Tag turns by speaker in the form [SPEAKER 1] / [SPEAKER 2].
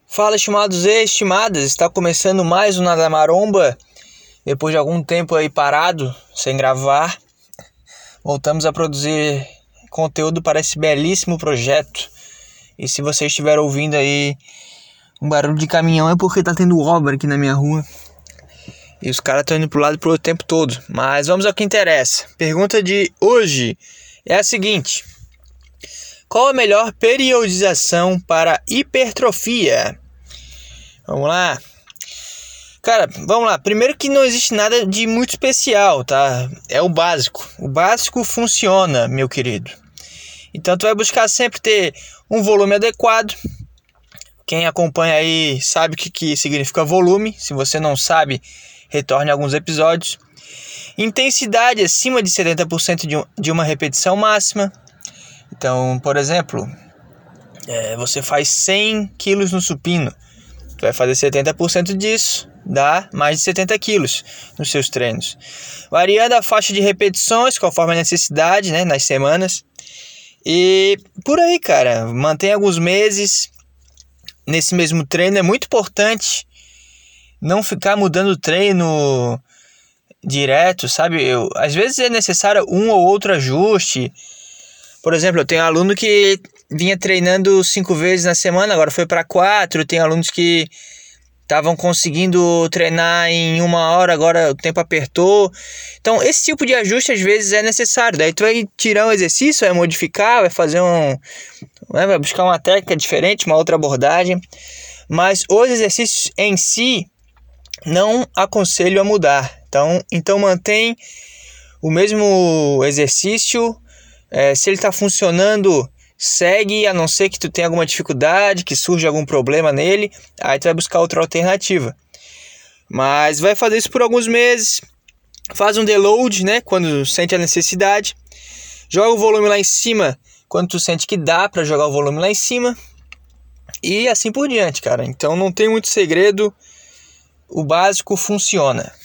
[SPEAKER 1] Fala, estimados e estimadas, está começando mais um Nada Maromba. Depois de algum tempo aí parado, sem gravar, voltamos a produzir conteúdo para esse belíssimo projeto. E se você estiver ouvindo aí um barulho de caminhão, é porque tá tendo obra aqui na minha rua. E os caras estão indo pro lado e pro outro o tempo todo. Mas vamos ao que interessa. Pergunta de hoje é a seguinte: qual a melhor periodização para hipertrofia? Vamos lá. Cara, vamos lá. Primeiro que não existe nada de muito especial, tá? É o básico. O básico funciona, meu querido. Então tu vai buscar sempre ter um volume adequado. Quem acompanha aí sabe o que significa volume. Se você não sabe, retorne a alguns episódios. Intensidade acima de 70% de uma repetição máxima. Então, por exemplo, você faz 100 kg no supino. Tu vai fazer 70% disso, dá mais de 70 quilos nos seus treinos. Variando a faixa de repetições conforme a necessidade, né, nas semanas. E por aí, cara, mantém alguns meses nesse mesmo treino. É muito importante não ficar mudando o treino direto, sabe? Às vezes é necessário um ou outro ajuste. Por exemplo, eu tenho um aluno que vinha treinando 5 vezes na semana, agora foi para 4. Tem alunos que estavam conseguindo treinar em 1 hora, agora o tempo apertou. Então, esse tipo de ajuste às vezes é necessário. Daí tu vai tirar um exercício, vai modificar, vai fazer vai buscar uma técnica diferente, uma outra abordagem. Mas os exercícios em si, não aconselho a mudar. Então mantém o mesmo exercício. Se ele está funcionando, segue, a não ser que tu tenha alguma dificuldade, que surja algum problema nele, aí tu vai buscar outra alternativa. Mas vai fazer isso por alguns meses, faz um deload, né, quando sente a necessidade, joga o volume lá em cima quando tu sente que dá para jogar o volume lá em cima, e assim por diante, cara. Então não tem muito segredo, o básico funciona.